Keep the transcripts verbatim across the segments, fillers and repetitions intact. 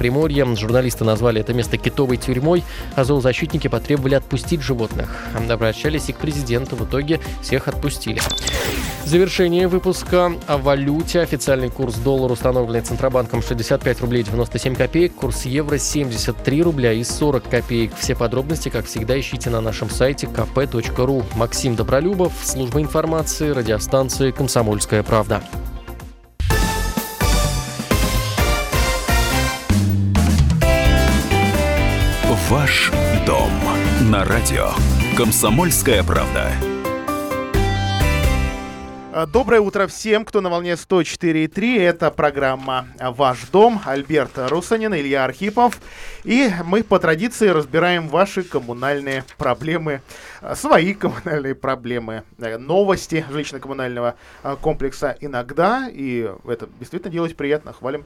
Приморье. Журналисты назвали это место китовой тюрьмой, а зоозащитники потребовали отпустить животных. Обращались и к президенту. В итоге всех отпустили. В завершении выпуска о валюте. Официальный курс доллара, установленный Центробанком, шестьдесят пять рублей девяносто семь копеек. Курс евро семьдесят три рубля и сорок копеек. Все подробности, как всегда, ищите на нашем сайте ка пэ точка ру. Максим Добролюбов, служба информации, радиостанции «Комсомольская правда». Ваш дом на радио «Комсомольская правда». Доброе утро всем, кто на волне сто четыре и три. Это программа «Ваш дом». Альберт Русанин, Илья Архипов. И мы по традиции разбираем ваши коммунальные проблемы, свои коммунальные проблемы, новости жилищно-коммунального комплекса иногда. И это действительно делать приятно. Хвалим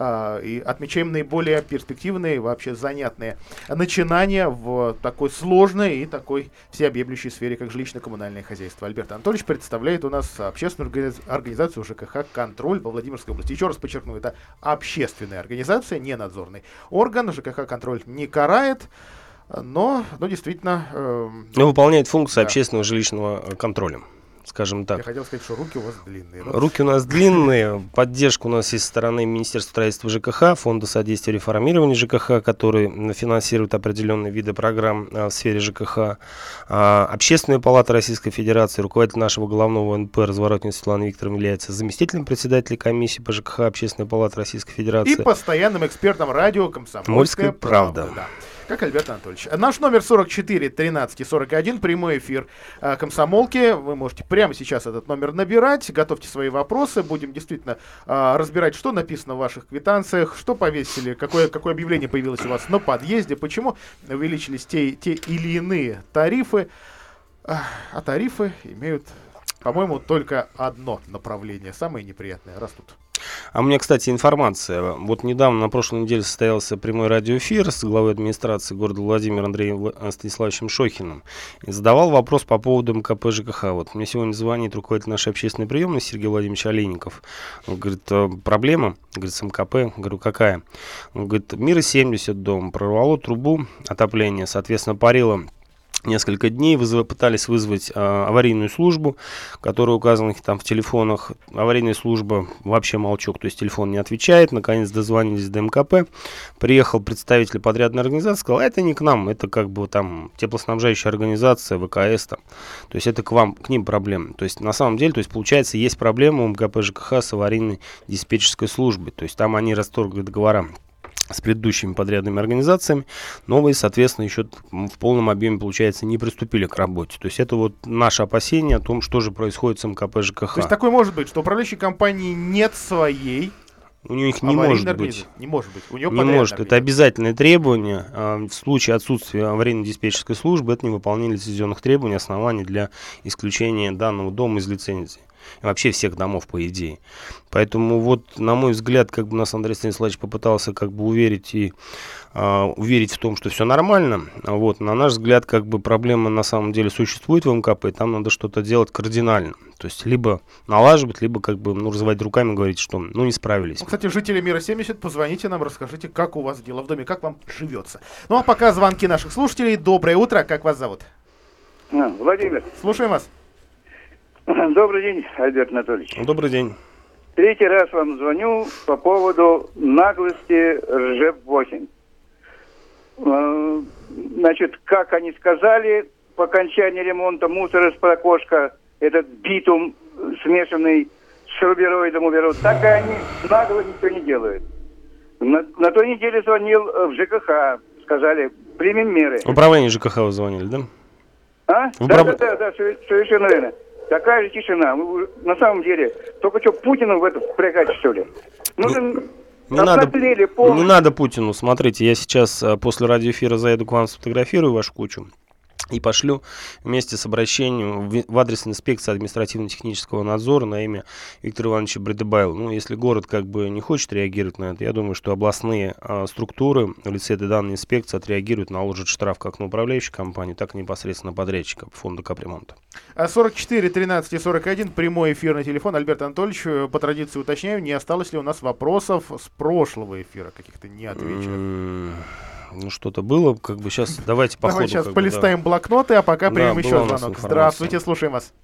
и отмечаем наиболее перспективные, вообще занятные начинания в такой сложной и такой всеобъемлющей сфере, как жилищно-коммунальное хозяйство. Альберт Анатольевич представляет у нас общественную организацию ЖКХ «Контроль» во Владимирской области. Еще раз подчеркну, это общественная организация, не надзорный орган. ЖКХ «Контроль» не карает, но, но действительно... Э, но выполняет функции да. общественного жилищного контроля, скажем так. Я хотел сказать, что руки у вас длинные. Да? Руки у нас длинные. Поддержка у нас есть со стороны Министерства строительства ЖКХ, Фонда содействия реформированию ЖКХ, который финансирует определенные виды программ в сфере ЖКХ. Общественная палата Российской Федерации, руководитель нашего главного эн пэ Разворотнина Светлана Викторовна является заместителем председателя комиссии по ЖКХ Общественной палаты Российской Федерации. И постоянным экспертом радио «Комсомольская правда». правда. Да. Как Альберт Анатольевич. Наш номер сорок четыре тринадцать сорок один, прямой эфир э, комсомолки. Вы можете прямо сейчас этот номер набирать. Готовьте свои вопросы. Будем действительно э, разбирать, что написано в ваших квитанциях, что повесили, какое, какое объявление появилось у вас на подъезде, почему увеличились те, те или иные тарифы. А, а тарифы имеют, по-моему, только одно направление. Самое неприятное. Растут. А у меня, кстати, информация. Вот недавно, на прошлой неделе, состоялся прямой радиоэфир с главой администрации города Владимира Андреем Станиславовичем Шохиным. И задавал вопрос по поводу эм ка пэ ЖКХ. Вот мне сегодня звонит руководитель нашей общественной приемной Сергей Владимирович Олейников. Он говорит, проблема, говорит, с эм ка пэ. Говорю, какая? Он говорит, Мира семьдесят дом, прорвало трубу отопления, соответственно, парило несколько дней, вызов, пытались вызвать а, аварийную службу, которая указана там в телефонах. Аварийная служба вообще молчок, то есть телефон не отвечает. Наконец дозвонились до эм ка пэ. Приехал представитель подрядной организации, сказал, это не к нам, это как бы там теплоснабжающая организация, вэ ка эс там. То есть это к вам, к ним проблема. То есть на самом деле, то есть получается, есть проблема у эм ка пэ ЖКХ с аварийной диспетчерской службой. То есть там они расторгли договора с предыдущими подрядными организациями, новые, соответственно, еще в полном объеме, получается, не приступили к работе. То есть это вот наше опасение о том, что же происходит с эм ка пэ ЖКХ. То есть такое может быть, что у управляющей компании нет своей... У них не может быть. Не может быть. У нее не может. Это обязательное требование. В случае отсутствия аварийно-диспетчерской службы это невыполнение лицензионных требований, оснований для исключения данного дома из лицензии. И вообще всех домов, по идее. Поэтому вот, на мой взгляд, как бы нас Андрей Станиславович попытался как бы уверить и э, уверить в том, что все нормально. Вот, на наш взгляд, как бы проблема на самом деле существует в эм ка пэ, и там надо что-то делать кардинально. То есть либо налаживать, либо как бы ну, разводить руками, говорить, что ну не справились. Ну, кстати, жители Мира семьдесят, позвоните нам, расскажите, как у вас дела в доме, как вам живется. Ну а пока звонки наших слушателей. Доброе утро, как вас зовут? А, Владимир. Слушаем вас. Добрый день, Альберт Анатольевич. Добрый день. Третий раз вам звоню по поводу наглости РЖЭП восемь. Значит, как они сказали, по окончании ремонта мусор из-под окошка, этот битум, смешанный с рубероидом, уберут, так и они нагло ничего не делают. На, на той неделе звонил в ЖКХ, сказали, примем меры. В управление ЖКХ вы звонили, да? А? В Да, управ... да, да, да, совершенно верно. Такая же тишина. На самом деле, только что Путину в это впрягать, что ли? Ну, не, не, надо, не надо Путину. Смотрите, я сейчас после радиоэфира заеду к вам, сфотографирую вашу кучу. И пошлю вместе с обращением в, в адрес инспекции административно-технического надзора на имя Виктора Ивановича Бредебайла. Ну, если город как бы не хочет реагировать на это, я думаю, что областные а, структуры в лице этой данной инспекции отреагируют, наложат штраф как на управляющую компанию, так и непосредственно подрядчика фонда капремонта. сорок четыре тринадцать и сорок один, прямой эфирный телефон. Альберт Анатольевич, по традиции уточняю, не осталось ли у нас вопросов с прошлого эфира, каких-то неотвеченных? Ну, что-то было, как бы сейчас давайте по Давай ходу. сейчас как полистаем бы, да. блокноты, а пока примем Да, еще была звонок. Здравствуйте, слушаем вас.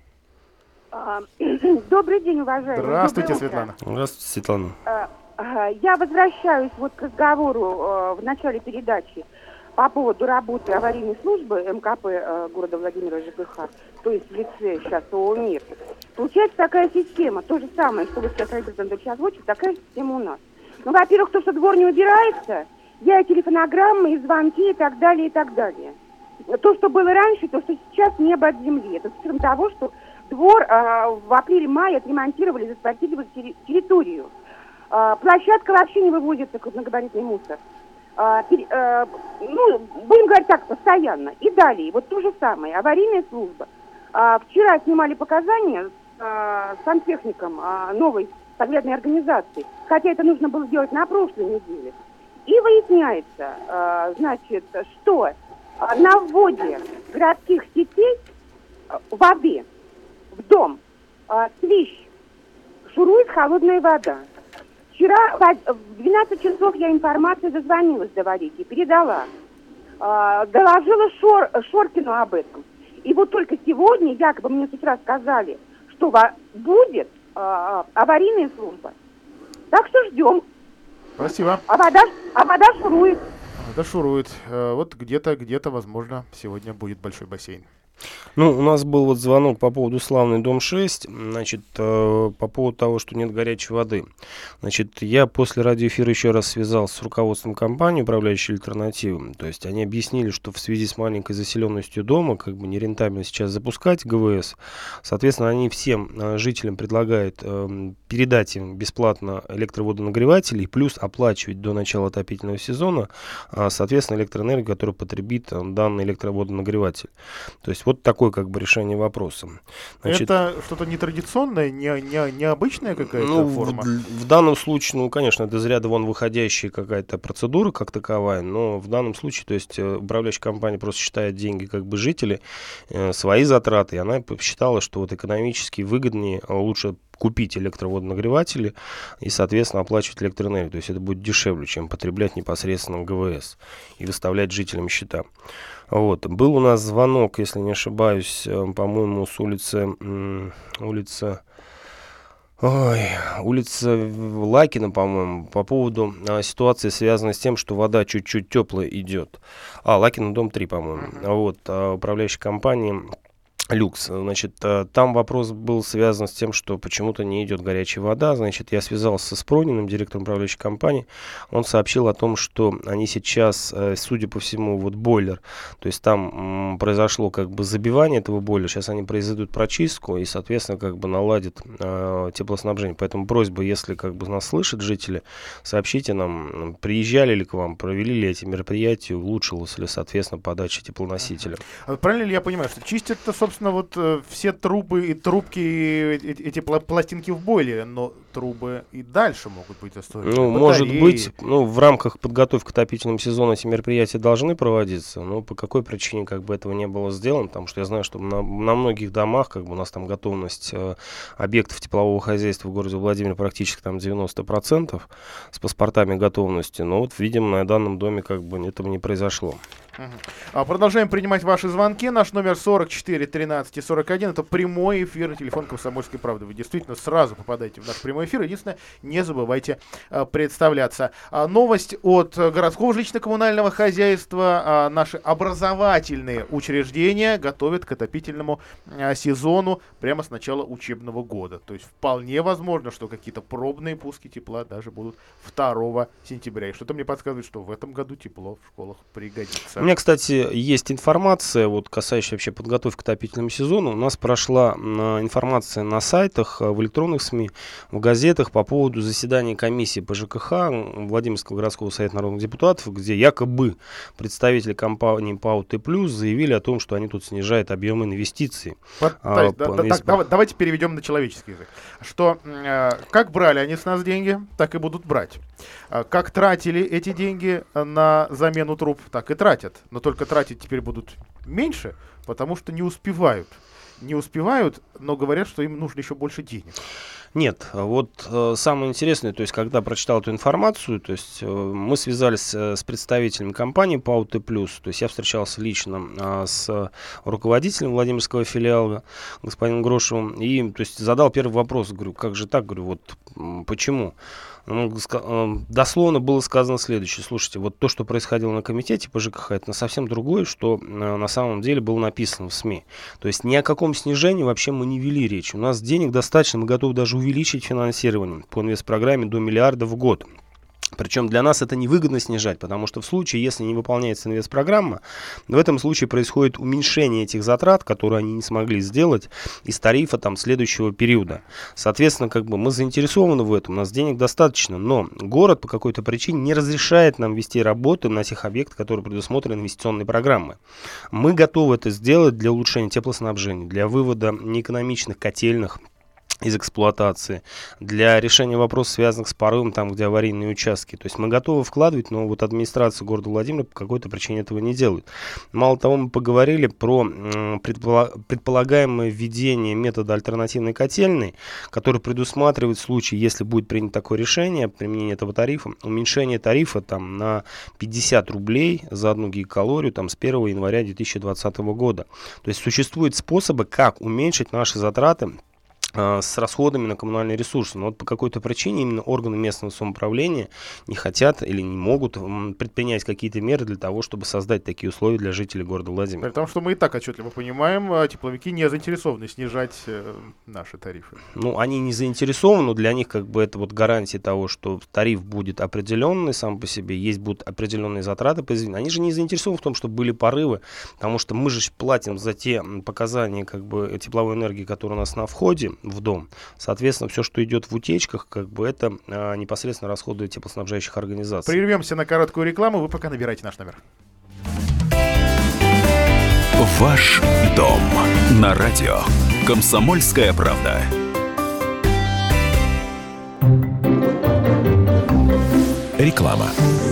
А, добрый день, уважаемые. Здравствуйте, Доброе Светлана. утро. Здравствуйте, Светлана. А, а, Я возвращаюсь вот к разговору а, в начале передачи по поводу работы аварийной службы МКП а, города Владимира ЖКХ, то есть в лице сейчас ООО «Мир». Получается такая система, то же самое, что вы сейчас, Альберт Анатольевич, озвучили, такая система у нас. Ну, во-первых, то, что двор не убирается, я и телефонограммы, и звонки, и так далее, и так далее. То, что было раньше, то, что сейчас небо от земли. Это с учетом того, что двор а, в апреле-мае отремонтировали, заасфальтировали терри- территорию. А, площадка вообще не вывозится, крупногабаритный мусор. А, пер, а, ну, будем говорить так, постоянно. И далее, вот то же самое, аварийная служба. А, вчера снимали показания с а, сантехником а, новой подрядной организации, хотя это нужно было сделать на прошлой неделе. И выясняется, э, значит, что на вводе городских сетей э, воды в дом э, свищ шурует холодная вода. Вчера в двенадцать часов я информацию дозвонилась до Варики, передала, э, доложила Шор, Шоркину об этом. И вот только сегодня якобы мне с утра сказали, что во, будет э, аварийная служба. Так что ждем. Спасибо. А вода, а вода шурует. Вода шурует. Э, Вот где-то, где-то, возможно, сегодня будет большой бассейн. Ну, у нас был вот звонок по поводу Славный, дом шесть, значит, э, по поводу того, что нет горячей воды. Значит, я после радиоэфира еще раз связался с руководством компании, управляющей альтернативой. То есть они объяснили, что в связи с маленькой заселенностью дома, как бы нерентабельно сейчас запускать ГВС. Соответственно, они всем э, жителям предлагают э, передать им бесплатно электроводонагреватели, плюс оплачивать до начала отопительного сезона, э, соответственно, электроэнергию, которую потребит э, данный электроводонагреватель. То есть вот такое как бы решение вопроса. Значит, это что-то нетрадиционное, не, не, необычная какая-то ну, форма? В, в данном случае, ну, конечно, это из ряда вон выходящая какая-то процедура как таковая, но в данном случае, то есть управляющая компания просто считает деньги как бы жители, э, свои затраты, и она посчитала, что вот экономически выгоднее, лучше купить электроводонагреватели и, соответственно, оплачивать электроэнергию. То есть это будет дешевле, чем потреблять непосредственно ГВС и выставлять жителям счета. Вот. Был у нас звонок, если не ошибаюсь, по-моему, с улицы, улица, ой, улица Лакина, по-моему, по поводу а, ситуации, связанной с тем, что вода чуть-чуть теплая идет. А, Лакина, дом три, по-моему. Вот, а, управляющая компания Люкс. Значит, там вопрос был связан с тем, что почему-то не идет горячая вода. Значит, я связался с Прониным, директором управляющей компании. Он сообщил о том, что они сейчас, судя по всему, вот бойлер, то есть там м, произошло как бы забивание этого бойлера. Сейчас они произведут прочистку и, соответственно, как бы наладят э, теплоснабжение. Поэтому просьба, если как бы нас слышат жители, сообщите нам, приезжали ли к вам, провели ли эти мероприятия, улучшилась ли, соответственно, подача теплоносителя. А правильно ли я понимаю, что чистят-то, собственно, вот э, все трубы и трубки, и, и, эти пла- пластинки в бойлере, но трубы и дальше могут быть остаются? Ну, может быть, ну, в рамках подготовки к отопительному сезону эти мероприятия должны проводиться, но по какой причине как бы этого не было сделано, потому что я знаю, что на, на многих домах как бы у нас там готовность э, объектов теплового хозяйства в городе Владимире практически там девяносто процентов с паспортами готовности, но вот, видимо, на данном доме как бы этого не произошло. Uh-huh. Продолжаем принимать ваши звонки. Наш номер сорок четыре тринадцать и сорок один. Это прямой эфир, телефон «Комсомольской правды». Вы действительно сразу попадаете в наш прямой эфир. Единственное, не забывайте а, представляться. А, новость от городского жилищно-коммунального хозяйства. А, наши образовательные учреждения готовят к отопительному а, сезону прямо с начала учебного года. То есть вполне возможно, что какие-то пробные пуски тепла даже будут второго сентября. И что-то мне подсказывает, что в этом году тепло в школах пригодится. У меня меня, кстати, есть информация, вот, касающаяся вообще подготовки к отопительному сезону. У нас прошла информация на сайтах, в электронных СМИ, в газетах по поводу заседания комиссии по ЖКХ Владимирского городского совета народных депутатов, где якобы представители компании ПАО Т+, заявили о том, что они тут снижают объемы инвестиций. Вот, а, да, по, да, так, давайте переведем на человеческий язык. Что э, как брали они с нас деньги, так и будут брать. Э, как тратили эти деньги на замену труб, так и тратят. Но только тратить теперь будут меньше, потому что не успевают. Не успевают, но говорят, что им нужно еще больше денег. Нет, вот э, самое интересное, то есть, когда прочитал эту информацию, то есть, э, мы связались э, с представителем компании ПАО Т+, то есть, я встречался лично э, с руководителем Владимирского филиала, господином Грошевым, и, то есть, задал первый вопрос, говорю, как же так, говорю, вот почему? Ну, дословно было сказано следующее. Слушайте, вот то, что происходило на комитете по ЖКХ, это совсем другое, что на самом деле было написано в СМИ. То есть ни о каком снижении вообще мы не вели речь. У нас денег достаточно, мы готовы даже увеличить финансирование по инвестпрограмме до миллиарда в год. Причем для нас это невыгодно снижать, потому что в случае, если не выполняется инвестпрограмма, в этом случае происходит уменьшение этих затрат, которые они не смогли сделать, из тарифа там, следующего периода. Соответственно, как бы мы заинтересованы в этом, у нас денег достаточно, но город по какой-то причине не разрешает нам вести работы на тех объектах, которые предусмотрены инвестиционной программой. Мы готовы это сделать для улучшения теплоснабжения, для вывода неэкономичных котельных из эксплуатации, для решения вопросов, связанных с порывом, там, где аварийные участки. То есть мы готовы вкладывать, но вот администрация города Владимира по какой-то причине этого не делает. Мало того, мы поговорили про предполагаемое введение метода альтернативной котельной, который предусматривает в случае, если будет принято такое решение, применение этого тарифа, уменьшение тарифа там, на пятьдесят рублей за одну гигакалорию там, с первого января две тысячи двадцатого года. То есть существуют способы, как уменьшить наши затраты с расходами на коммунальные ресурсы. Но вот по какой-то причине именно органы местного самоуправления не хотят или не могут предпринять какие-то меры для того, чтобы создать такие условия для жителей города Владимира. Потому что мы и так отчетливо понимаем, тепловики не заинтересованы снижать э, наши тарифы. Ну, они не заинтересованы, но для них как бы это вот гарантия того, что тариф будет определенный сам по себе, есть будут определенные затраты. Они же не заинтересованы в том, чтобы были порывы, потому что мы же платим за те показания как бы тепловой энергии, которые у нас на входе в дом. Соответственно, все, что идет в утечках, как бы это а, непосредственно расходы теплоснабжающих организаций. Прервемся на короткую рекламу, вы пока набирайте наш номер. Ваш дом на радио «Комсомольская правда». Реклама.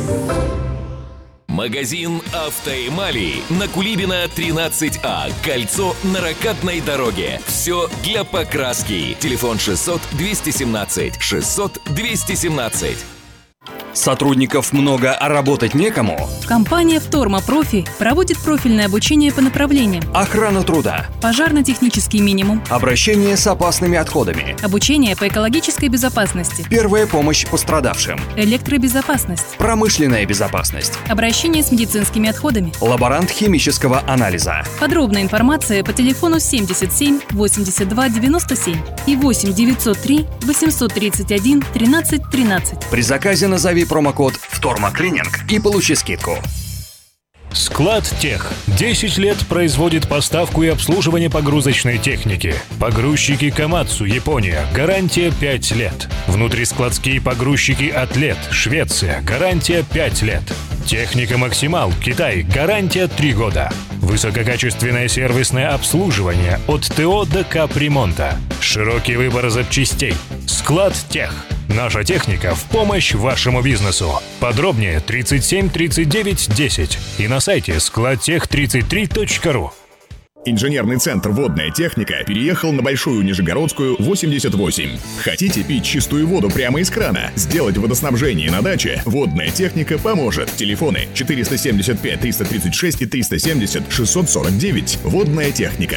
Магазин «Автоэмали» на Кулибина, тринадцать А. Кольцо на Ракатной дороге. Все для покраски. Телефон шестьсот двести семнадцать шестьсот двести семнадцать. Сотрудников много, а работать некому? Компания «Вторма Профи» проводит профильное обучение по направлениям: охрана труда, пожарно-технический минимум, обращение с опасными отходами, обучение по экологической безопасности, первая помощь пострадавшим, электробезопасность, промышленная безопасность, обращение с медицинскими отходами, лаборант химического анализа. Подробная информация по телефону семьдесят семь восемьдесят два девяносто семь и восемь девятьсот три восемьсот тридцать один тринадцать тринадцать. При заказе назови промокод «Вторма Клининг» и получи скидку. Склад Тех. десять лет производит поставку и обслуживание погрузочной техники. Погрузчики Камацу, Япония. Гарантия пять лет. Внутрискладские погрузчики Атлет, Швеция. Гарантия пять лет. Техника Максимал, Китай. Гарантия три года. Высококачественное сервисное обслуживание от ТО до капремонта. Широкий выбор запчастей. Склад Тех. Наша техника в помощь вашему бизнесу. Подробнее тридцать семь тридцать девять десять и на сайте складтех тридцать три точка ру. Инженерный центр «Водная техника» переехал на Большую Нижегородскую, восемьдесят восемь. Хотите пить чистую воду прямо из крана? Сделать водоснабжение на даче? «Водная техника» поможет. Телефоны четыреста семьдесят пять триста тридцать шесть и триста семьдесят шестьсот сорок девять. «Водная техника».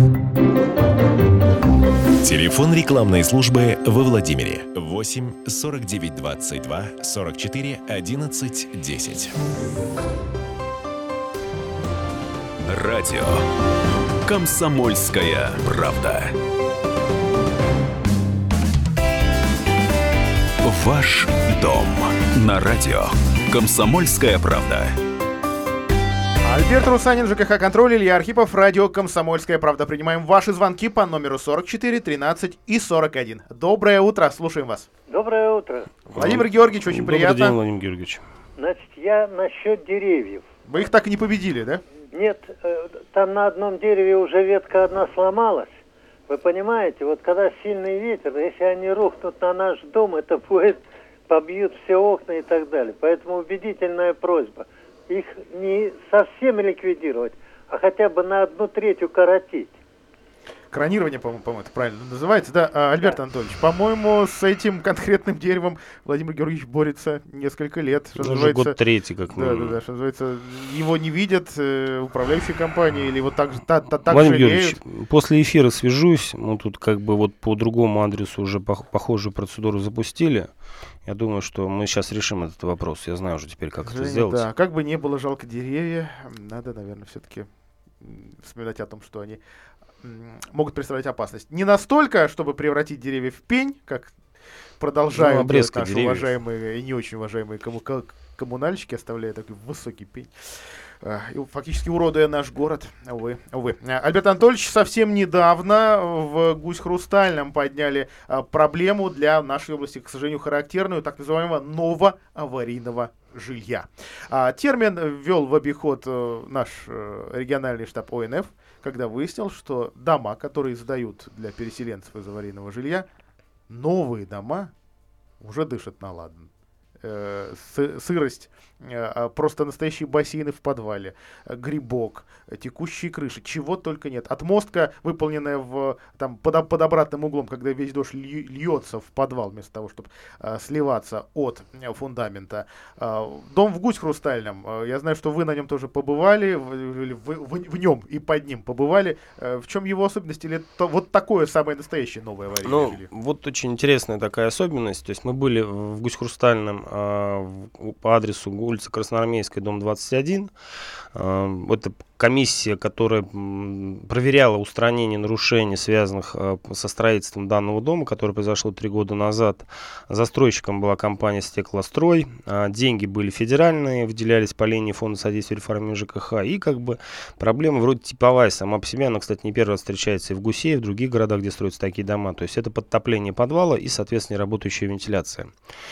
Телефон рекламной службы во Владимире восемь сорок девять двадцать два сорок четыре одиннадцать десять. Радио «Комсомольская правда». Ваш дом на радио «Комсомольская правда». Альберт Русанин, ЖКХ «Контроль», Илья Архипов, радио «Комсомольская правда». Принимаем ваши звонки по номеру сорок четыре тринадцать и сорок один. Доброе утро, слушаем вас. Доброе утро. Владимир Георгиевич, очень Добрый приятно. день, Владимир Георгиевич. Значит, я насчет деревьев. Вы их так и не победили, да? Нет, э, там на одном дереве уже ветка одна сломалась. Вы понимаете, вот когда сильный ветер, если они рухнут на наш дом, это будет, побьют все окна и так далее. Поэтому убедительная просьба. Их не совсем ликвидировать, а хотя бы на одну треть укоротить. Кронирование, по-моему, по-моему, это правильно называется. Да, а, Альберт да. Анатольевич, по-моему, с этим конкретным деревом Владимир Георгиевич борется несколько лет. Что Уже год третий, как минимум. Да, да, да, что называется, его не видят э, управляющие компании или вот так же та, та, так Владимир жалеют. Георгиевич, после эфира свяжусь. Мы тут как бы вот по другому адресу уже пох- похожую процедуру запустили. Я думаю, что мы сейчас решим этот вопрос. Я знаю уже теперь, как это сделать. Да, как бы не было жалко деревья, надо, наверное, все-таки вспоминать о том, что они могут представлять опасность. Не настолько, чтобы превратить деревья в пень, как продолжают ну, наши деревьев. уважаемые и не очень уважаемые кому- коммунальщики, оставляя такой высокий пень. И фактически уродуя наш город. Увы, увы. Альберт Анатольевич, совсем недавно в Гусь-Хрустальном подняли а, проблему для нашей области, к сожалению, характерную, так называемого новоаварийного жилья. А, термин ввел в обиход а, наш а, региональный штаб О Н Ф, когда выяснил, что дома, которые сдают для переселенцев из аварийного жилья, новые дома уже дышат на ладан. Э, сырость, э, просто настоящие бассейны в подвале, э, грибок, э, текущие крыши, чего только нет. Отмостка, выполненная в, там, под, под обратным углом, когда весь дождь лью, льется в подвал, вместо того, чтобы э, сливаться от э, фундамента. Э, дом в Гусь-Хрустальном, э, я знаю, что вы на нем тоже побывали, в, в, в, в нем и под ним побывали. Э, в чем его особенность? Или то, вот такое самое настоящее новое аварийное ну, жилье? Вот очень интересная такая особенность. То есть мы были в Гусь-Хрустальном по адресу улица Красноармейская, дом двадцать один. Это комиссия, которая проверяла устранение нарушений, связанных со строительством данного дома, которое произошло три года назад. Застройщиком была компания «Стеклострой». Деньги были федеральные, выделялись по линии Фонда содействия реформе ЖКХ. И как бы проблема вроде типовая сама по себе. Она, кстати, не первый раз встречается и в Гусе, и в других городах, где строятся такие дома. То есть это подтопление подвала и, соответственно, работающая вентиляция.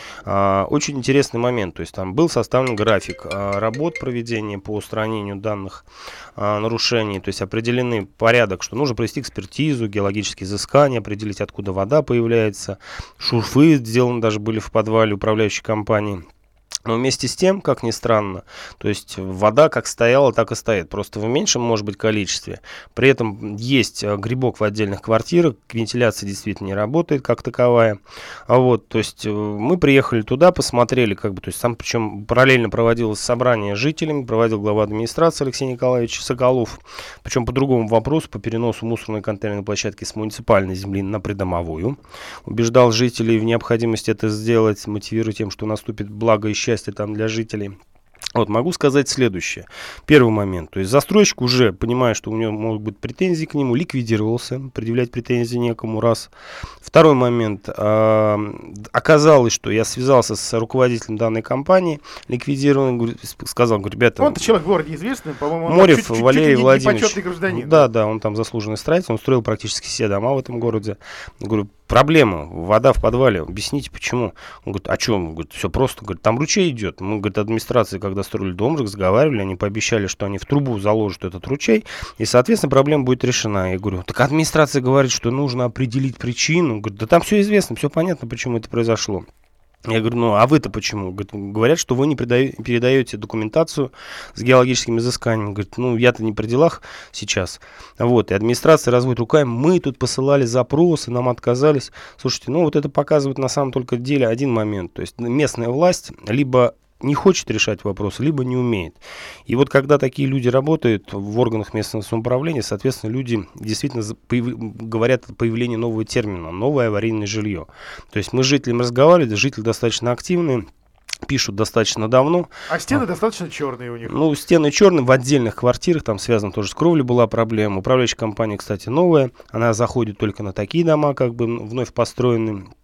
Очень интересный момент. То есть там был составлен график работ проведения по устранению данных нарушений, то есть определены порядок, что нужно провести экспертизу, геологические изыскания, определить, откуда вода появляется. Шурфы сделаны даже были в подвале управляющей компании. Но вместе с тем, как ни странно, то есть вода как стояла, так и стоит, просто в меньшем, может быть, количестве. При этом есть грибок в отдельных квартирах, вентиляция действительно не работает как таковая. А вот, то есть мы приехали туда, посмотрели, как бы, то есть там, причем параллельно проводилось собрание с жителями, проводил глава администрации Алексей Николаевич Соколов, причем по другому вопросу, по переносу мусорной контейнерной площадки с муниципальной земли на придомовую. Убеждал жителей в необходимости это сделать, мотивируя тем, что наступит благо и счастье там для жителей. Вот, могу сказать следующее. Первый момент. То есть застройщик уже, понимая, что у него могут быть претензии к нему, ликвидировался. Предъявлять претензии некому, раз. Второй момент. Э, оказалось, что я связался с руководителем данной компании, ликвидированный, говорю, сказал, говорю, ребята... Он-то человек в городе известный, по-моему, он Морев чуть, чуть, Валерий чуть Владимирович. Непочетный гражданин. Да, да, он там заслуженный строитель, он строил практически все дома в этом городе. Говорю, проблема, вода в подвале, объясните, почему. Он говорит, а что? Он говорит, все просто, говорит, там ручей идет. Мы, говорит, администрации, когда строили дом, разговаривали, они пообещали, что они в трубу заложат этот ручей, и, соответственно, проблема будет решена. Я говорю, так администрация говорит, что нужно определить причину. Он говорит, да там все известно, все понятно, почему это произошло. Я говорю, ну а вы-то почему? Говорят, что вы не передаете документацию с геологическим изысканием. Говорит, ну я-то не при делах сейчас. Вот, и администрация разводит руками, мы тут посылали запросы, нам отказались. Слушайте, ну вот это показывает на самом только деле один момент. То есть местная власть либо не хочет решать вопросы, либо не умеет. И вот когда такие люди работают в органах местного самоуправления, соответственно, люди действительно появ... говорят о появлении нового термина, новое аварийное жилье. То есть мы с жителями разговаривали, жители достаточно активные, пишут достаточно давно. А стены а, достаточно черные у них. Ну, стены черные в отдельных квартирах, там связано тоже с кровлей была проблема. Управляющая компания, кстати, новая, она заходит только на такие дома, как бы вновь построенные.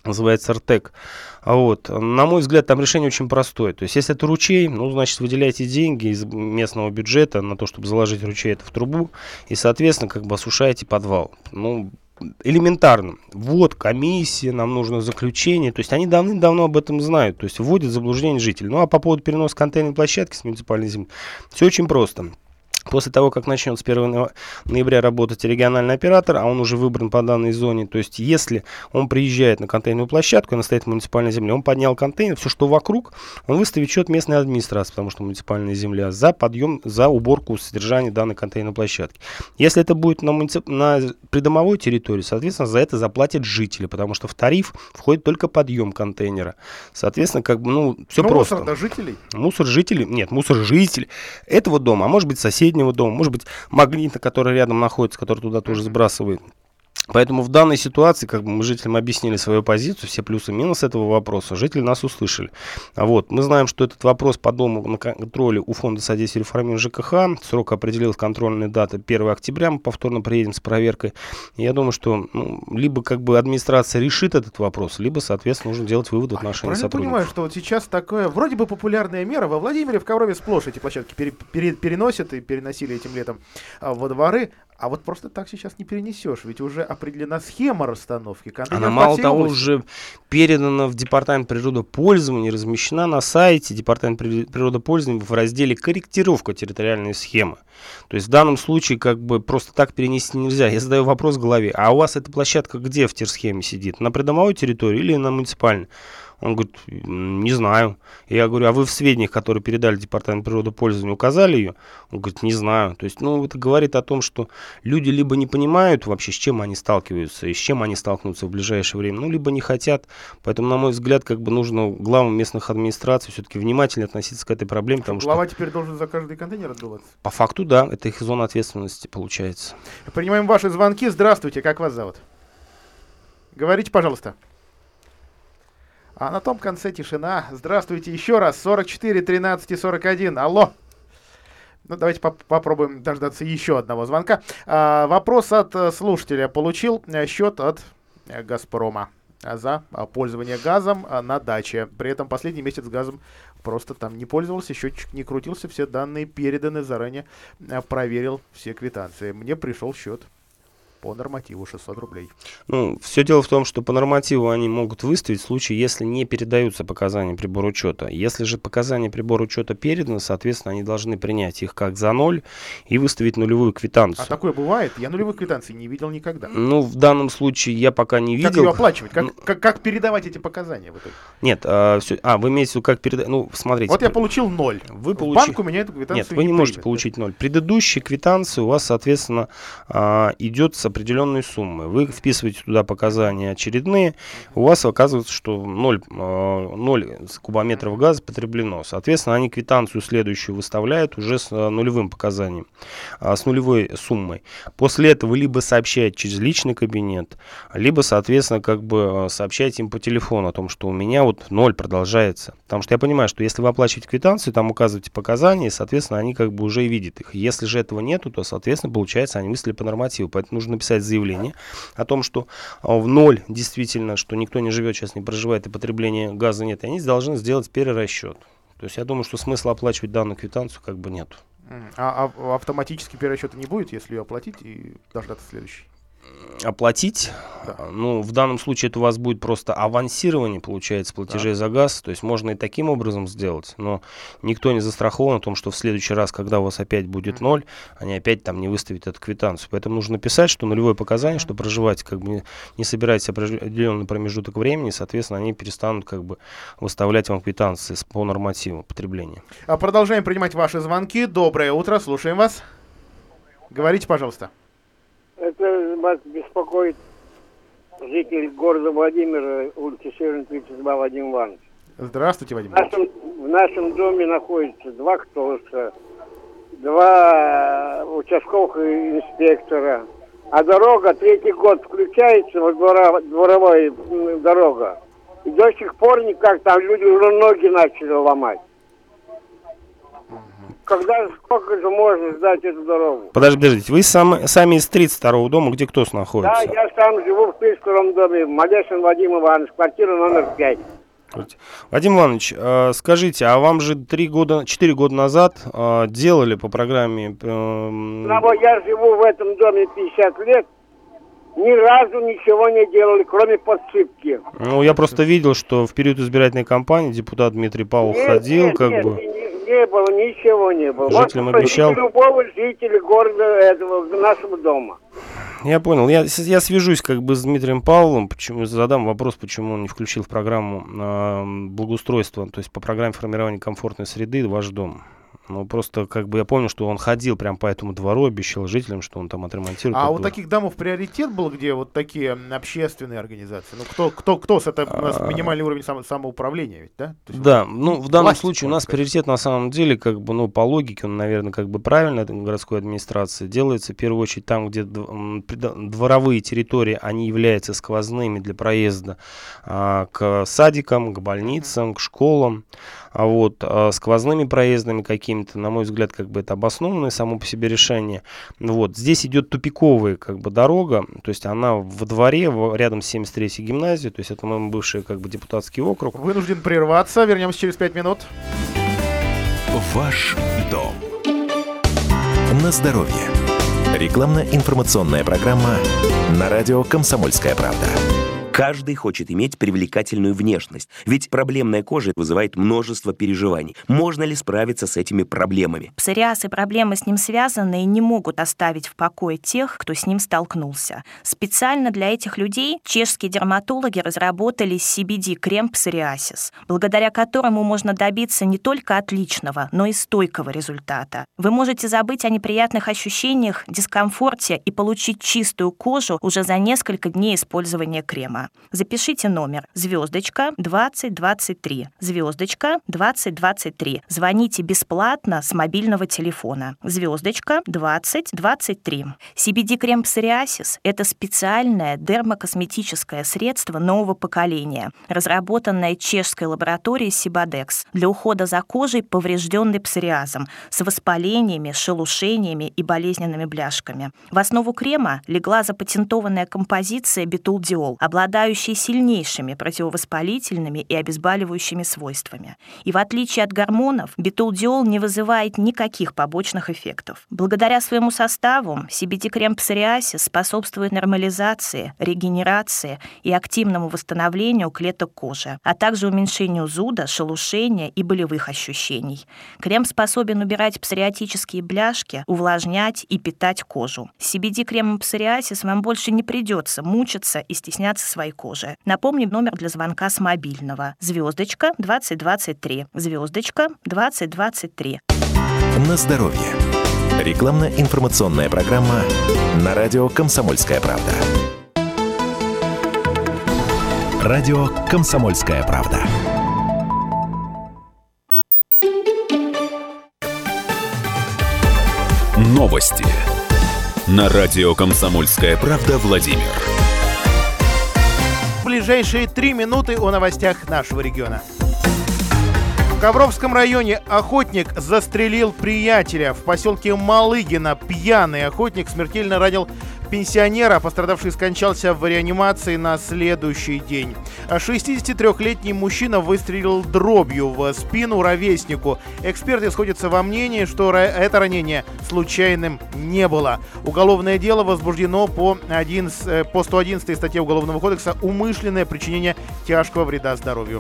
называется РТЭК. Вот. На мой взгляд, там решение очень простое. То есть, если это ручей, ну, значит, выделяйте деньги из местного бюджета на то, чтобы заложить ручей это в трубу, и, соответственно, как бы осушаете подвал. Ну, элементарно. Вот, комиссия, нам нужно заключение. То есть, они давным-давно об этом знают. То есть, вводят в заблуждение жителей. Ну, а по поводу переноса контейнерной площадки с муниципальной земли, все очень просто. После того, как начнет с первого ноября работать региональный оператор, а он уже выбран по данной зоне, то есть если он приезжает на контейнерную площадку, она стоит в муниципальной земле, он поднял контейнер, все, что вокруг, он выставит счет местной администрации, потому что муниципальная земля, за подъем, за уборку содержания данной контейнерной площадки. Если это будет на, муници... на придомовой территории, соответственно, за это заплатят жители, потому что в тариф входит только подъем контейнера. Соответственно, как бы, ну, все Но просто. Мусор, да, жителей? Мусор жителей, нет, мусор жителей этого дома, а может быть соседей дома, может быть, магнита, который рядом находится, который туда тоже сбрасывает. Поэтому в данной ситуации, как бы мы жителям объяснили свою позицию, все плюсы и минусы этого вопроса, жители нас услышали. Вот. Мы знаем, что этот вопрос по дому на контроле у Фонда содействия реформированию ЖКХ. Срок определилась контрольная дата первого октября, мы повторно приедем с проверкой. И я думаю, что ну, либо как бы администрация решит этот вопрос, либо, соответственно, нужно делать выводы в отношении Правильно сотрудников. понимаю, что вот сейчас такое, вроде бы популярная мера, во Владимире, в Коврове сплошь эти площадки пере, пере, переносят и переносили этим летом а, во дворы. А вот просто так сейчас не перенесешь, ведь уже определена схема расстановки. Она, мало того, области. уже передана в Департамент природопользования, размещена на сайте Департамента природопользования в разделе «Корректировка территориальной схемы». То есть в данном случае как бы просто так перенести нельзя. Я задаю вопрос в голове, а у вас эта площадка где в терсхеме сидит? На придомовой территории или на муниципальной? Он говорит, не знаю. Я говорю, а вы в сведениях, которые передали Департамент природопользования, указали ее? Он говорит, не знаю. То есть, ну, это говорит о том, что люди либо не понимают вообще, с чем они сталкиваются, и с чем они столкнутся в ближайшее время, ну, либо не хотят. Поэтому, на мой взгляд, как бы нужно главам местных администраций все-таки внимательно относиться к этой проблеме. Потому Глава что теперь должен за каждый контейнер отдуваться? По факту, да. Это их зона ответственности получается. Принимаем ваши звонки. Здравствуйте, как вас зовут? Говорите, пожалуйста. А на том конце тишина. Здравствуйте еще раз. сорок четыре тринадцать и сорок один. Алло. Ну, давайте поп- попробуем дождаться еще одного звонка. А, вопрос от а, слушателя. Получил а, счет от а, «Газпрома» за а, пользование газом а, на даче. При этом последний месяц газом просто там не пользовался, счетчик не крутился, все данные переданы, заранее а, проверил все квитанции. Мне пришел счет по нормативу шестьсот рублей. Ну, все дело в том, что по нормативу они могут выставить в случае, если не передаются показания прибора учета. Если же показания прибора учета переданы, соответственно, они должны принять их как за ноль и выставить нулевую квитанцию. А такое бывает? Я нулевых квитанций не видел никогда. Ну, в данном случае я пока не видел. Как ее оплачивать? Как, ну, как, как передавать эти показания в итоге? Нет, а, все, а вы имеете в виду, как передать? Ну, смотрите. Вот я получил ноль. Вы в получи... банк у меня эту квитанцию Нет, вы не, не можете примет, получить да? ноль. Предыдущая квитанция у вас, соответственно, а, идет с определенной суммы. Вы вписываете туда показания очередные, у вас оказывается, что ноль, ноль кубометров газа потреблено. Соответственно, они квитанцию следующую выставляют уже с нулевым показанием, с нулевой суммой. После этого либо сообщаете через личный кабинет, либо, соответственно, как бы сообщаете им по телефону о том, что у меня вот ноль продолжается. Потому что я понимаю, что если вы оплачиваете квитанцию, там указываете показания, и, соответственно, они как бы уже и видят их. Если же этого нету, то, соответственно, получается, они выставили по нормативу. Поэтому нужно написать заявление о том, что в ноль действительно, что никто не живет, сейчас не проживает, и потребления газа нет, и они должны сделать перерасчет. То есть я думаю, что смысла оплачивать данную квитанцию как бы нет. А, а автоматически перерасчета не будет, если ее оплатить и дождаться следующей? Оплатить, да. Ну, в данном случае это у вас будет просто авансирование, получается, платежей да. за газ, то есть можно и таким образом сделать, но никто не застрахован о том, что в следующий раз, когда у вас опять будет ноль, mm-hmm. они опять там не выставят эту квитанцию, поэтому нужно писать, что нулевое показание, mm-hmm. что проживаете, как бы не, не собираетесь определенный промежуток времени, соответственно, они перестанут как бы выставлять вам квитанции по нормативу потребления. А продолжаем принимать ваши звонки. Доброе утро, слушаем вас. Говорите, пожалуйста. Это вас беспокоит житель города Владимира, улица Северная, тридцать два, Вадим Иванович. Здравствуйте, Вадим в нашем, в нашем доме находится два КТОСа, два участковых инспектора, а дорога третий год включается, вот двора, дворовая дорога, и до сих пор никак, там люди уже ноги начали ломать. Когда, сколько же можно сдать эту дорогу? Подождите, подождите, вы сам, сами из тридцать второго дома, где кто находится? Да, я сам живу в Пильском доме, Малешин Вадим Иванович, квартира номер пять. Вадим Иванович, э, скажите, а вам же три года, четыре года назад э, делали по программе... Э, Но я живу в этом доме пятьдесят лет, ни разу ничего не делали, кроме подсыпки. Ну, я просто видел, что в период избирательной кампании депутат Дмитрий Павлов нет, ходил, нет, как нет, бы... Не, не было, ничего не было. Жителям вот обещал... любого жителя города этого, нашего дома. Я понял. Я, я свяжусь как бы с Дмитрием Павловым, почему, задам вопрос, почему он не включил в программу э, благоустройства, то есть по программе формирования комфортной среды «Ваш дом». Ну, просто, как бы, я помню, что он ходил прям по этому двору, обещал жителям, что он там отремонтирует. А у двор. таких домов приоритет был, где вот такие общественные организации? Ну, кто, кто, кто с это, у нас минимальный уровень само, самоуправления ведь, да? То есть, да, ну, в данном власть, случае у нас сказать. Приоритет, на самом деле, как бы, ну, по логике, он, наверное, как бы правильно, городской администрации, делается, в первую очередь, там, где дворовые территории, они являются сквозными для проезда а, к садикам, к больницам, к школам. А вот а сквозными проездами какими-то, на мой взгляд, как бы это обоснованное само по себе решение. Вот. Здесь идет тупиковая как бы дорога, то есть она во дворе, в, рядом с семьдесят третьей гимназией, то есть это мой бывший как бы депутатский округ. Вынужден прерваться, вернемся через пять минут. Ваш дом на здоровье. Рекламно-информационная программа на радио «Комсомольская правда». Каждый хочет иметь привлекательную внешность, ведь проблемная кожа вызывает множество переживаний. Можно ли справиться с этими проблемами? Псориаз и проблемы с ним связанные не могут оставить в покое тех, кто с ним столкнулся. Специально для этих людей чешские дерматологи разработали си би ди-крем псориасис, благодаря которому можно добиться не только отличного, но и стойкого результата. Вы можете забыть о неприятных ощущениях, дискомфорте и получить чистую кожу уже за несколько дней использования крема. Запишите номер звездочка двадцать двадцать три, звездочка двадцать двадцать три. Звоните бесплатно с мобильного телефона. Звездочка двадцать двадцать три. си би ди-крем псориасис – это специальное дермокосметическое средство нового поколения, разработанное чешской лабораторией Сибадекс для ухода за кожей, поврежденной псориазом, с воспалениями, шелушениями и болезненными бляшками. В основу крема легла запатентованная композиция бетулдиол, обладающая сильнейшими противовоспалительными и обезболивающими свойствами. И в отличие от гормонов, бетулдиол не вызывает никаких побочных эффектов. Благодаря своему составу си би ди-крем псориасис способствует нормализации, регенерации и активному восстановлению клеток кожи, а также уменьшению зуда, шелушения и болевых ощущений. Крем способен убирать псориатические бляшки, увлажнять и питать кожу. С си би ди-кремом псориасис вам больше не придется мучиться и стесняться своей кожи. Напомню номер для звонка с мобильного. Звездочка двадцать двадцать три. Звездочка двадцать двадцать три. На здоровье. Рекламно-информационная программа на радио «Комсомольская правда». Радио «Комсомольская правда». Новости на радио «Комсомольская правда», Владимир. В ближайшие три минуты о новостях нашего региона. В Ковровском районе охотник застрелил приятеля. В поселке Малыгино пьяный охотник смертельно ранил пенсионера. Пострадавший скончался в реанимации на следующий день. шестидесятитрёхлетний мужчина выстрелил дробью в спину ровеснику. Эксперты сходятся во мнении, что это ранение случайным не было. Уголовное дело возбуждено по, одиннадцатой, по сто одиннадцатой статье Уголовного кодекса «Умышленное причинение тяжкого вреда здоровью».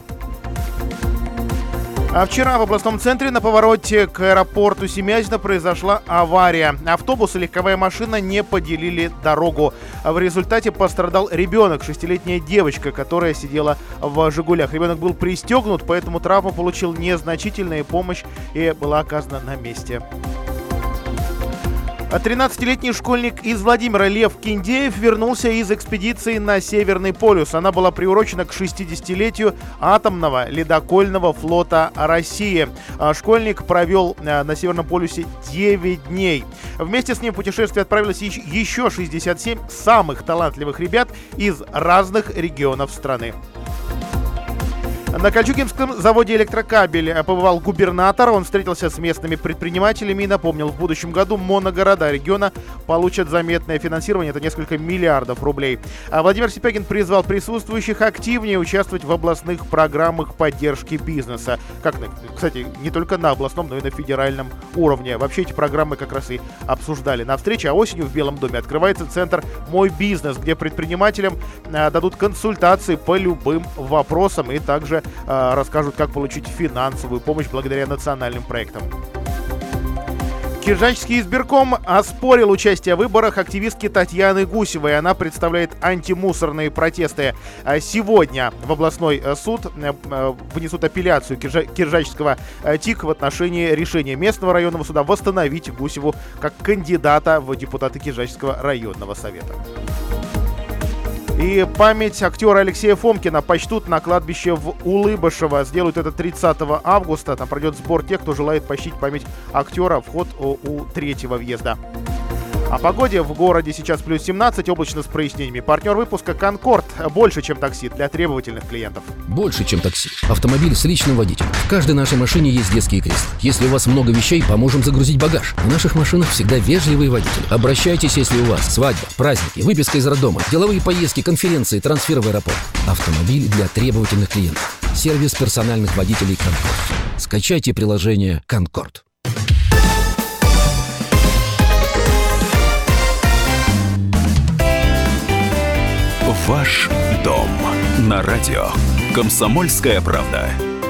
А вчера в областном центре на повороте к аэропорту Семязино произошла авария. Автобус и легковая машина не поделили дорогу. В результате пострадал ребенок, шестилетняя девочка, которая сидела в «Жигулях». Ребенок был пристегнут, поэтому травму получил незначительную помощь и была оказана на месте. тринадцатилетний школьник из Владимира Лев Киндеев вернулся из экспедиции на Северный полюс. Она была приурочена к шестидесятилетию атомного ледокольного флота России. Школьник провел на Северном полюсе девять дней. Вместе с ним в путешествие отправились еще шестьдесят семь самых талантливых ребят из разных регионов страны. На Кольчугинском заводе «Электрокабель» побывал губернатор. Он встретился с местными предпринимателями и напомнил, в будущем году моногорода региона получат заметное финансирование. Это несколько миллиардов рублей. А Владимир Сипягин призвал присутствующих активнее участвовать в областных программах поддержки бизнеса. Как, кстати, не только на областном, но и на федеральном уровне. Вообще эти программы как раз и обсуждали на встрече. А осенью в Белом доме открывается центр «Мой бизнес», где предпринимателям а, дадут консультации по любым вопросам и также а, расскажут, как получить финансовую помощь благодаря национальным проектам. Киржачский избирком оспорил участие в выборах активистки Татьяны Гусевой. Она представляет антимусорные протесты. Сегодня в областной суд внесут апелляцию Киржачского ТИК в отношении решения местного районного суда восстановить Гусеву как кандидата в депутаты Киржачского районного совета. И память актера Алексея Фомкина почтут на кладбище в Улыбышево. Сделают это тридцатого августа. Там пройдет сбор тех, кто желает почтить память актера. Вход у третьего въезда. О погоде в городе сейчас плюс семнадцать, облачно с прояснениями. Партнер выпуска «Конкорд». Больше, чем такси для требовательных клиентов. Больше, чем такси. Автомобиль с личным водителем. В каждой нашей машине есть детские кресла. Если у вас много вещей, поможем загрузить багаж. В наших машинах всегда вежливые водители. Обращайтесь, если у вас свадьба, праздники, выписка из роддома, деловые поездки, конференции, трансфер в аэропорт. Автомобиль для требовательных клиентов. Сервис персональных водителей «Конкорд». Скачайте приложение «Конкорд». Ваш дом на радио «Комсомольская правда».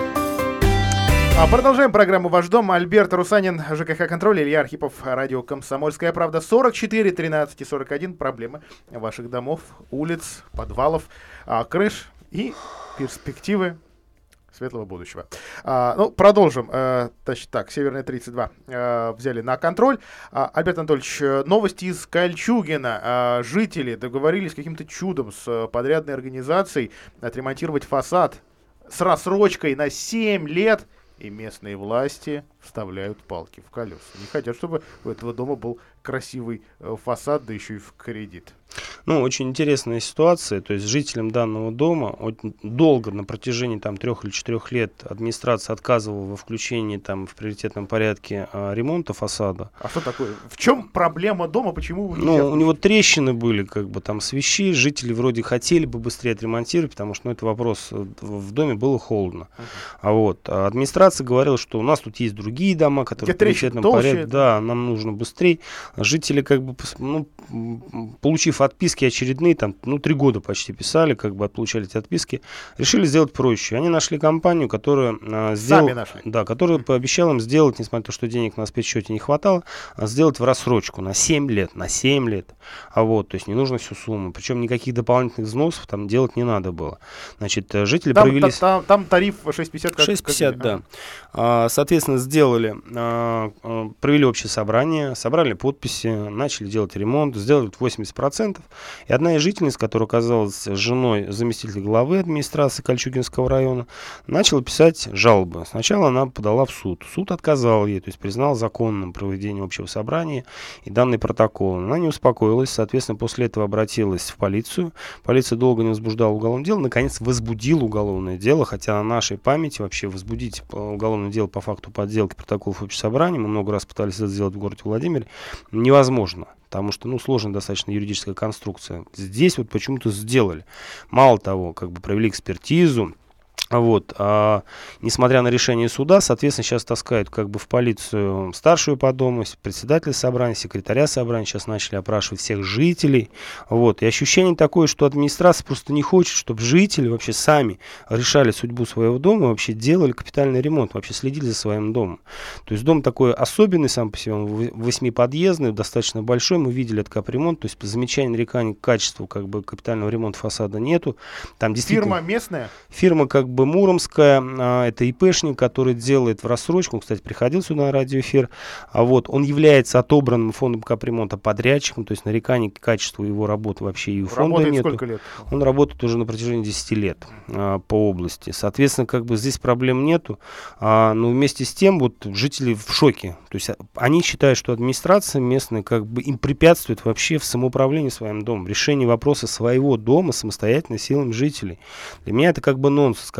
А продолжаем программу «Ваш дом». Альберт Русанин, ЖКХ «Контроль», Илья Архипов, радио «Комсомольская правда». сорок четыре тринадцать и сорок один. Проблемы ваших домов, улиц, подвалов, крыш и перспективы светлого будущего. А, ну, продолжим. А, значит, так, Северная тридцать два а, взяли на контроль. А, Альберт Анатольевич, новости из Кольчугина. А, жители договорились каким-то чудом с подрядной организацией отремонтировать фасад с рассрочкой на семь лет. И местные власти вставляют палки в колеса. Не хотят, чтобы у этого дома был красивый э, фасад, да еще и в кредит. Ну, очень интересная ситуация. То есть жителям данного дома очень долго, на протяжении там трех или четырех лет, администрация отказывала во включении там в приоритетном порядке а, ремонта фасада. А что такое? В чем проблема дома? Почему вы не Ну, у него трещины были, как бы там свищи. Жители вроде хотели бы быстрее отремонтировать, потому что, ну, это вопрос. В доме было холодно. Uh-huh. А вот а администрация говорила, что у нас тут есть другие дома, которые в приоритетном порядке. Да, нам нужно быстрее. Жители, как бы, ну, получив отписки очередные, там, ну, три года почти писали, как бы получали эти отписки, решили сделать проще. Они нашли компанию, которая а, сделала, да, которая пообещала им сделать, несмотря на то, что денег на спецсчете не хватало, а, сделать в рассрочку на семь лет, на семь лет. А вот, то есть не нужно всю сумму. Причем никаких дополнительных взносов там делать не надо было. Значит, жители там, провели... Там, там тариф шесть пятьдесят. Как, шесть пятьдесят, как... да. А, соответственно, сделали, а, провели общее собрание, собрали подписи, начали делать ремонт, сделали восемьдесят процентов. И одна из жительниц, которая оказалась женой заместителя главы администрации Кольчугинского района, начала писать жалобы. Сначала она подала в суд. Суд отказал ей, то есть признал законным проведение общего собрания и данный протокол. Она не успокоилась, соответственно, после этого обратилась в полицию. Полиция долго не возбуждала уголовное дело, наконец возбудила уголовное дело, хотя на нашей памяти вообще возбудить уголовное дело по факту подделки протоколов общего собрания, мы много раз пытались это сделать в городе Владимире, невозможно. Потому что, ну, сложная достаточно юридическая конструкция. Здесь вот почему-то сделали. Мало того, как бы провели экспертизу. Вот, а, несмотря на решение суда, соответственно, сейчас таскают как бы в полицию старшую по дому, председателя собрания, секретаря собрания, сейчас начали опрашивать всех жителей. Вот, и ощущение такое, что администрация просто не хочет, чтобы жители вообще сами решали судьбу своего дома, вообще делали капитальный ремонт, вообще следили за своим домом. То есть дом такой особенный сам по себе, он восьмиподъездный, достаточно большой, мы видели этот капремонт, то есть по замечанию нареканий к качеству как бы капитального ремонта фасада нету. Там действительно... Фирма местная? Фирма как бы Муромская, а, это ИПшник, который делает в рассрочку, он, кстати, приходил сюда на радиоэфир, а вот он является отобранным фондом капремонта подрядчиком, то есть нареканий к качеству его работы вообще и у фонда работает нету. Сколько лет? Он работает уже на протяжении десяти лет а, по области. Соответственно, как бы здесь проблем нету, а, но вместе с тем вот жители в шоке. То есть они считают, что администрация местная как бы им препятствует вообще в самоуправлении своим домом, решении вопроса своего дома самостоятельно силами жителей. Для меня это как бы нонсенс, как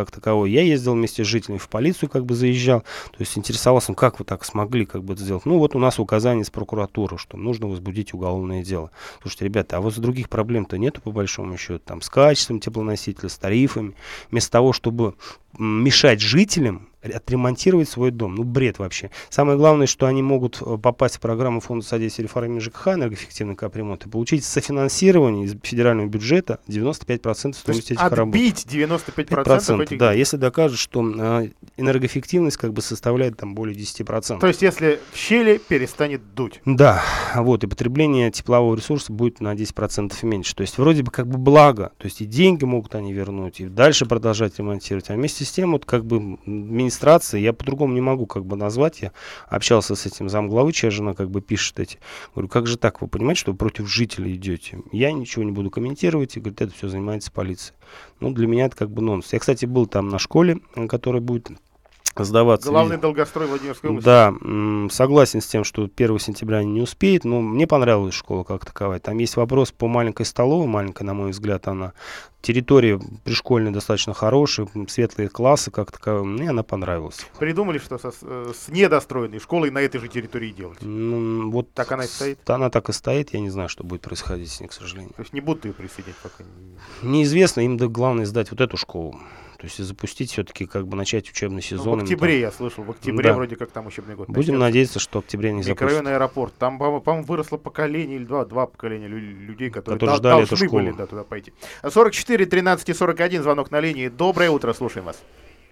как таковой. Я ездил вместе с жителями в полицию, как бы заезжал, то есть интересовался, ну, как вы так смогли как бы это сделать. Ну, вот у нас указание из прокуратуры, что нужно возбудить уголовное дело. Слушайте, ребята, а вот других проблем-то нету, по большому счету, там, с качеством теплоносителя, с тарифами. Вместо того, чтобы мешать жителям отремонтировать свой дом. Ну, бред вообще. Самое главное, что они могут попасть в программу Фонда содействия реформе ЖКХ, энергоэффективный капремонт, и получить софинансирование из федерального бюджета девяносто пять процентов стоимости этих работ. Отбить девяносто пять процентов этих... Да, если докажут, что э, энергоэффективность как бы составляет там более десять процентов. То есть, если в щели перестанет дуть. Да, вот, и потребление теплового ресурса будет на десять процентов меньше. То есть, вроде бы как бы благо, то есть, и деньги могут они вернуть, и дальше продолжать ремонтировать. А вместе с тем, вот как бы министр я по-другому не могу как бы назвать. Я общался с этим замглавы, чья жена как бы пишет эти. Говорю, как же так, вы понимаете, что вы против жителей идете? Я ничего не буду комментировать, и говорит, это все занимается полиция. Ну, для меня это как бы нонсенс. Я, кстати, был там на школе, которая будет сдаваться. Главный долгострой Владимирской области. Да, м- согласен с тем, что первого сентября они не успеют, но мне понравилась школа как таковая. Там есть вопрос по маленькой столовой, маленькая, на мой взгляд, она. Территория пришкольная достаточно хорошая, светлые классы как таковые, мне она понравилась. Придумали, что со, с недостроенной школой на этой же территории делать? Ну, вот так она и стоит? Она так и стоит, я не знаю, что будет происходить с ней, к сожалению. То есть не будут ее присоединять пока? Неизвестно, им да, главное сдать вот эту школу. То есть запустить все-таки, как бы начать учебный сезон. Ну, в октябре, там... я слышал, в октябре да. вроде как там учебный год Будем начнется. Надеяться, что в октябре не запустят. Микрорайон аэропорт. Там, по-моему, выросло поколение или два, два поколения людей, которые, которые ждали должны эту школу. были да, туда пойти. сорок четыре тринадцать и сорок один, звонок на линии. Доброе утро, слушаем вас.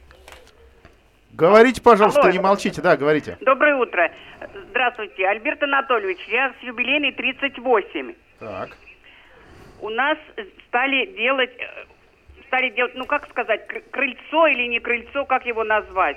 Говорите, пожалуйста, Алло. Не молчите. Да, говорите. Доброе утро. Здравствуйте, Альберт Анатольевич. Я с юбилейной тридцать восемь. Так. У нас стали делать... стали делать, ну как сказать, крыльцо или не крыльцо, как его назвать?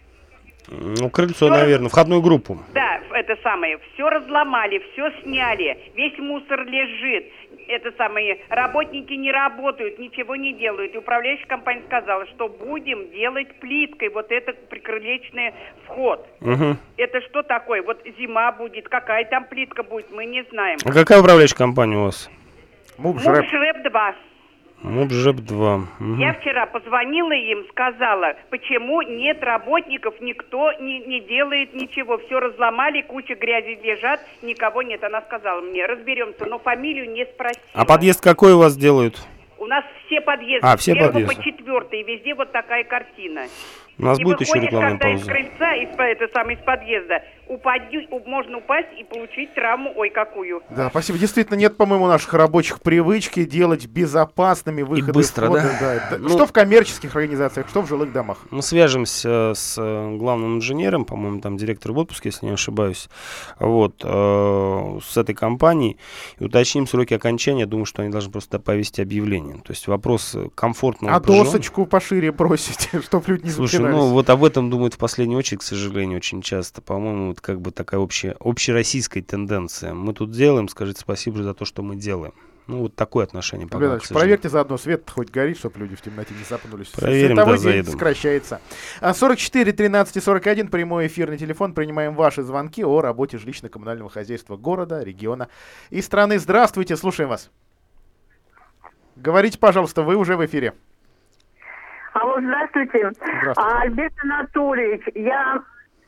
Ну, крыльцо, все наверное, раз... входную группу. Да, это самое, все разломали, все сняли, весь мусор лежит, это самое, работники не работают, ничего не делают. И управляющая компания сказала, что будем делать плиткой вот этот прикрылечный вход. Угу. Это что такое? Вот зима будет, какая там плитка будет, мы не знаем. А какая управляющая компания у вас? Мубжреп два. Мубжреп два. Угу. Я вчера позвонила им, сказала, почему нет работников, никто не, не делает ничего. Все разломали, куча грязи лежат, никого нет. Она сказала мне, разберемся, но фамилию не спросила. А подъезд какой у вас делают? У нас все подъезды, а, все с первого подъезды. по четвертый, везде вот такая картина. У нас и будет еще рекламная когда пауза. из крыльца, из, это самое, из подъезда, упади, можно упасть и получить травму, ой, какую. Да, спасибо. Действительно, нет, по-моему, наших рабочих привычки делать безопасными выходы. И быстро, входы, да? да. Ну, что в коммерческих организациях, что в жилых домах. Мы свяжемся с главным инженером, по-моему, там директор в отпуске, если не ошибаюсь, вот, э, с этой компанией, и уточним сроки окончания. Я думаю, что они должны просто повесить объявление. То есть вопрос комфортного А проживания. Досочку пошире бросить, чтобы люди не Слушай, запинались. ну вот об этом думают в последнюю очередь, к сожалению, очень часто. По-моему, вот как бы такая общая, общероссийская тенденция. Мы тут делаем, скажите спасибо за то, что мы делаем. Ну, вот такое отношение. Пока, проверьте заодно, свет хоть горит, чтобы люди в темноте не запнулись. Проверим, Световой да, день заедем. сокращается. сорок четыре тринадцать и сорок один, прямой эфирный телефон. Принимаем ваши звонки о работе жилищно-коммунального хозяйства города, региона и страны. Здравствуйте, слушаем вас. Говорите, пожалуйста, вы уже в эфире. Алло, здравствуйте. Здравствуйте. А, Альберт Анатольевич, я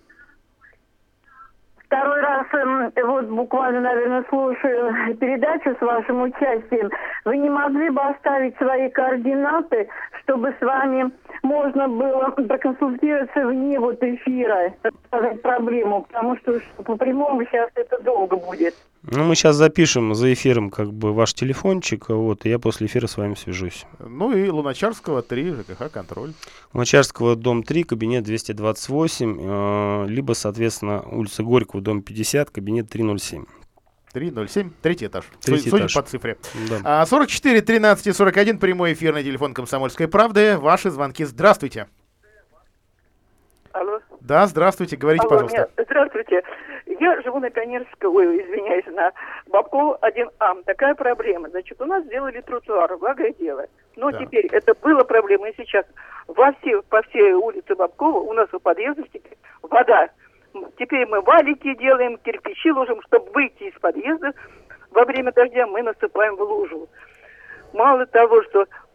второй раз э, вот буквально, наверное, слушаю передачу с вашим участием. Вы не могли бы оставить свои координаты, чтобы с вами можно было проконсультироваться вне вот эфира, сказать проблему, потому что по прямому сейчас это долго будет. Ну, мы сейчас запишем за эфиром как бы ваш телефончик, вот, и я после эфира с вами свяжусь. Ну и Луначарского три, ЖКХ «Контроль». Луначарского, дом три, кабинет двести двадцать восемь, э, либо, соответственно, улица Горького, дом пятьдесят, кабинет триста семь. триста семь, третий этаж. Третий Судя этаж. по цифре. Да. А, сорок четыре тринадцать и сорок один, прямой эфирный телефон «Комсомольской правды». Ваши звонки. Здравствуйте. Алло. Да, здравствуйте. Говорите, Алло, пожалуйста. Нет, здравствуйте. Я живу на Пионерской, ой, извиняюсь, на Бабкова один А. Такая проблема. Значит, у нас сделали тротуар, благое дело. Но Да. теперь это была проблема, и сейчас во все, по всей улице Бабкова у нас у подъездов теперь вода. Теперь мы валики делаем, кирпичи ложим, чтобы выйти из подъезда. Во время дождя мы насыпаем в лужу. Мало того, что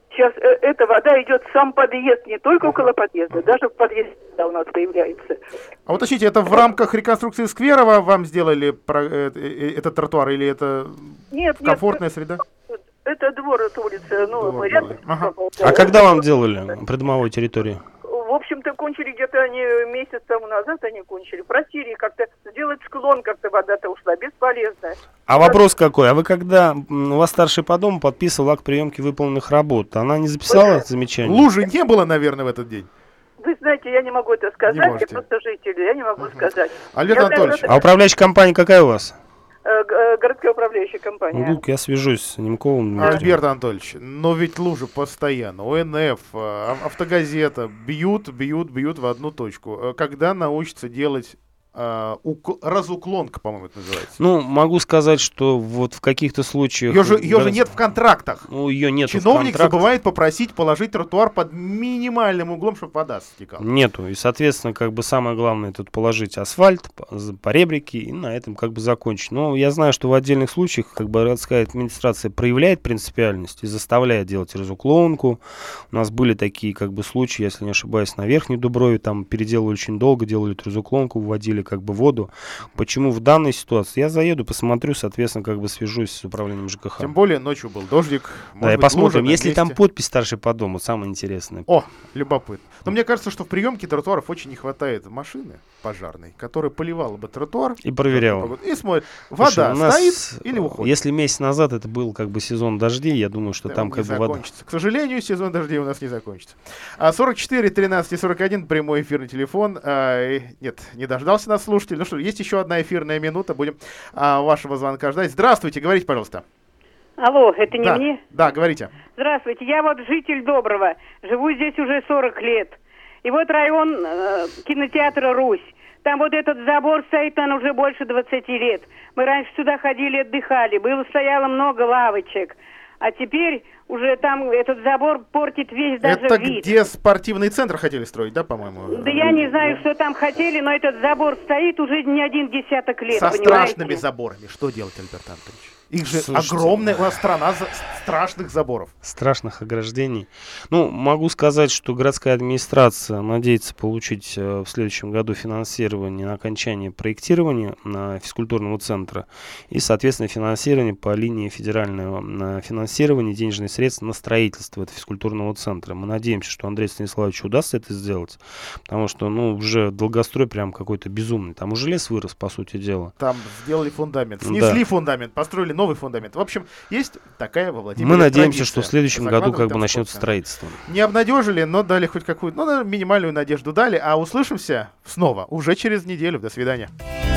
Сейчас э, эта вода идет в сам подъезд, не только около подъезда, даже в подъезде у нас появляется. А уточните, это в рамках реконструкции сквера вам сделали про, э, э, этот тротуар или это нет, комфортная нет, среда? Это двор, это улица, ну, мы рядом. Ага. А когда вам делали придомовую территорию? В общем-то, кончили где-то они месяц тому назад, они кончили. Просили как-то сделать склон, как-то вода-то ушла, бесполезно. А вопрос какой? А вы когда у вас старший по дому подписывал акт приемки выполненных работ, она не записала замечание? Лужи не было, наверное, в этот день? Вы знаете, я не могу это сказать, я просто житель, я не могу uh-huh. сказать. Альберт Анатольевич, а управляющая компания какая у вас? Городская управляющая компания. Ну, я свяжусь с Немковым. Альберт Анатольевич, но ведь лужи постоянно. ОНФ, Автогазета бьют, бьют, бьют в одну точку. Когда научатся делать Uh, ук- разуклонка, по-моему, это называется. Ну, могу сказать, что вот в каких-то случаях... Ее же, ее же нет в контрактах. Ну, ее нет в контрактах. Чиновник забывает попросить положить тротуар под минимальным углом, чтобы вода стекала. Нету. И, соответственно, как бы самое главное тут положить асфальт, поребрики и на этом как бы закончить. Но я знаю, что в отдельных случаях как бы городская администрация проявляет принципиальность и заставляет делать разуклонку. У нас были такие как бы случаи, если не ошибаюсь, на Верхней Дуброве, там переделывали очень долго, делали разуклонку, вводили как бы воду. Почему в данной ситуации? Я заеду, посмотрю, соответственно, как бы свяжусь с управлением ЖКХ. Тем более ночью был дождик. Да, и посмотрим, если там подпись старший по дому, самое интересное. О, любопытно. Но мне кажется, что в приемке тротуаров очень не хватает машины пожарной, которая поливала бы тротуар. И проверяла. И смотрит, вода Слушай, стоит или уходит. Если месяц назад это был как бы сезон дождей, я думаю, что да, там как бы закончится. Вода. К сожалению, сезон дождей у нас не закончится. А сорок четыре тринадцать и сорок один прямой эфирный телефон. А, нет, не дождался нас слушатель. Ну что, есть еще одна эфирная минута. Будем а, вашего звонка ждать. Здравствуйте, говорите, пожалуйста. Алло, это не да, мне? Да, говорите. Здравствуйте, я вот житель Доброго. Живу здесь уже сорок лет. И вот район э, кинотеатра «Русь». Там вот этот забор стоит, он уже больше двадцати лет. Мы раньше сюда ходили, отдыхали. Было, стояло много лавочек. А теперь уже там этот забор портит весь даже это вид. Это где спортивный центр хотели строить, да, по-моему? Да я не знаю, что там хотели, но этот забор стоит уже не один десяток лет, Со понимаете? страшными заборами. Что делать, Альберт Анатольевич? Их же Слушайте, огромная у нас страна за... страшных заборов. Страшных ограждений. Ну, могу сказать, что городская администрация надеется получить э, в следующем году финансирование на окончание проектирования на физкультурного центра и, соответственно, финансирование по линии федерального на финансирование денежных средств на строительство этого физкультурного центра. Мы надеемся, что Андрею Станиславовичу удастся это сделать, потому что, ну, уже долгострой прям какой-то безумный. Там уже лес вырос, по сути дела. Там сделали фундамент, снесли да. фундамент, построили новый фундамент. В общем, есть такая во Владимире Мы надеемся, традиция. что в следующем году как бы начнется строительство. Не обнадежили, но дали хоть какую-то, ну, минимальную надежду дали. А услышимся снова уже через неделю. До свидания.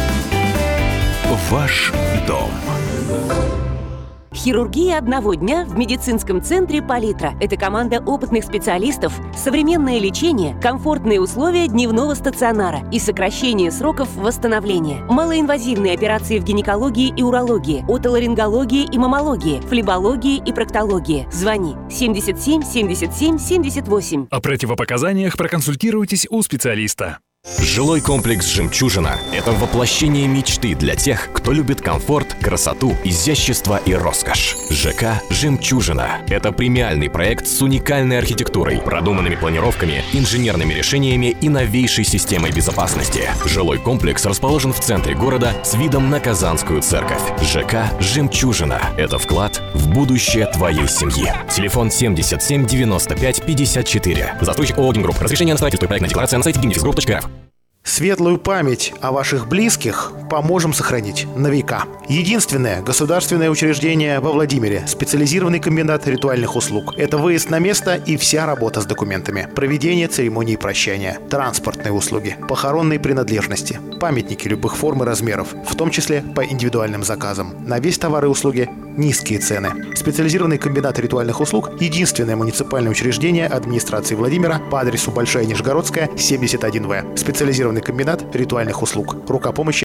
Ваш дом. Хирургия одного дня в медицинском центре «Палитра». Это команда опытных специалистов, современное лечение, комфортные условия дневного стационара и сокращение сроков восстановления. Малоинвазивные операции в гинекологии и урологии, отоларингологии и маммологии, флебологии и проктологии. Звони семьдесят семь семьдесят семь семьдесят восемь. О противопоказаниях проконсультируйтесь у специалиста. Жилой комплекс «Жемчужина» — это воплощение мечты для тех, кто любит комфорт, красоту, изящество и роскошь. ЖК «Жемчужина» — это премиальный проект с уникальной архитектурой, продуманными планировками, инженерными решениями и новейшей системой безопасности. Жилой комплекс расположен в центре города с видом на Казанскую церковь. ЖК «Жемчужина» — это вклад в будущее твоей семьи. Телефон семьдесят семь девяносто пять пятьдесят четыре. Застройщик ООО «Гимгрупп». Разрешение на строительство и проектная декларация на сайте гимнифисгрупп точка эр эф. Светлую память о ваших близких поможем сохранить на века. Единственное государственное учреждение во Владимире – специализированный комбинат ритуальных услуг. Это выезд на место и вся работа с документами, проведение церемонии прощания, транспортные услуги, похоронные принадлежности, памятники любых форм и размеров, в том числе по индивидуальным заказам. На весь товар и услуги низкие цены. Специализированный комбинат ритуальных услуг – единственное муниципальное учреждение администрации Владимира по адресу Большая Нижегородская, семьдесят один вэ. Специализированный комбинат ритуальных услуг. Рука помощи